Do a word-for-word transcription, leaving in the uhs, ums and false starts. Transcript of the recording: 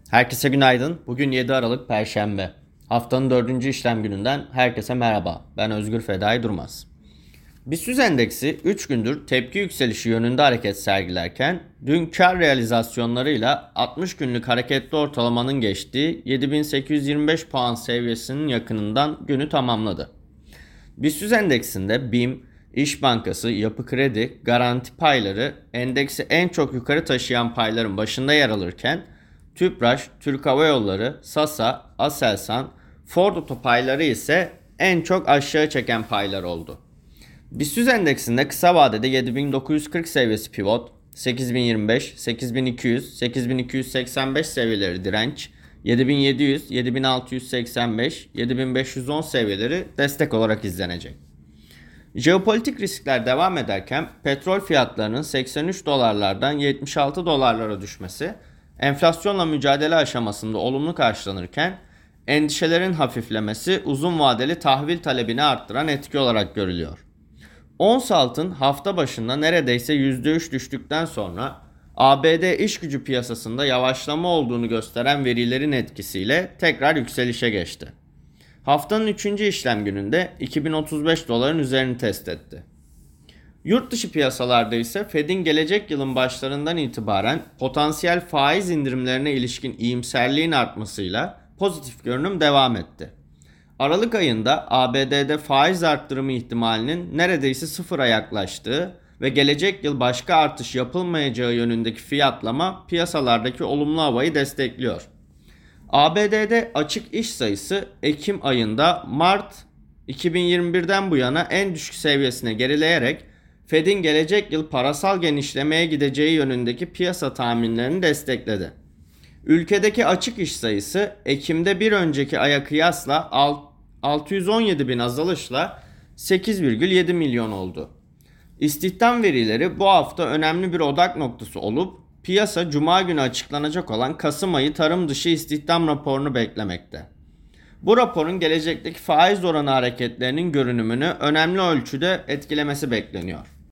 Herkese günaydın. Bugün yedi Aralık Perşembe. Haftanın dördüncü işlem gününden herkese merhaba. Ben Özgür Fedai Durmaz. BIST endeksi üç gündür tepki yükselişi yönünde hareket sergilerken dün kar realizasyonlarıyla altmış günlük hareketli ortalamanın geçtiği yedi bin sekiz yüz yirmi beş puan seviyesinin yakınından günü tamamladı. BIST endeksinde BİM, İş Bankası, Yapı Kredi, Garanti payları endeksi en çok yukarı taşıyan payların başında yer alırken Tüpraş, Türk Hava Yolları, Sasa, Aselsan, Ford Oto payları ise en çok aşağı çeken paylar oldu. BIST endeksinde kısa vadede yedi bin dokuz yüz kırk seviyesi pivot, sekiz bin yirmi beş, sekiz bin iki yüz, sekiz bin iki yüz seksen beş seviyeleri direnç, yedi bin yedi yüz, yedi bin altı yüz seksen beş, yedi bin beş yüz on seviyeleri destek olarak izlenecek. Jeopolitik riskler devam ederken petrol fiyatlarının seksen üç dolarlardan yetmiş altı dolarlara düşmesi enflasyonla mücadele aşamasında olumlu karşılanırken endişelerin hafiflemesi uzun vadeli tahvil talebini arttıran etki olarak görülüyor. Ons altın hafta başında neredeyse yüzde üç düştükten sonra A B D iş gücü piyasasında yavaşlama olduğunu gösteren verilerin etkisiyle tekrar yükselişe geçti. Haftanın üçüncü işlem gününde iki bin otuz beş doların üzerini test etti. Yurt dışı piyasalarda ise Fed'in gelecek yılın başlarından itibaren potansiyel faiz indirimlerine ilişkin iyimserliğin artmasıyla pozitif görünüm devam etti. Aralık ayında A B D'de faiz arttırımı ihtimalinin neredeyse sıfıra yaklaştığı ve gelecek yıl başka artış yapılmayacağı yönündeki fiyatlama piyasalardaki olumlu havayı destekliyor. A B D'de açık iş sayısı Ekim ayında Mart iki bin yirmi birden bu yana en düşük seviyesine gerileyerek Fed'in gelecek yıl parasal genişlemeye gideceği yönündeki piyasa tahminlerini destekledi. Ülkedeki açık iş sayısı Ekim'de bir önceki aya kıyasla altı yüz on yedi bin azalışla sekiz virgül yedi milyon oldu. İstihdam verileri bu hafta önemli bir odak noktası olup piyasa Cuma günü açıklanacak olan Kasım ayı tarım dışı istihdam raporunu beklemekte. Bu raporun gelecekteki faiz oranı hareketlerinin görünümünü önemli ölçüde etkilemesi bekleniyor.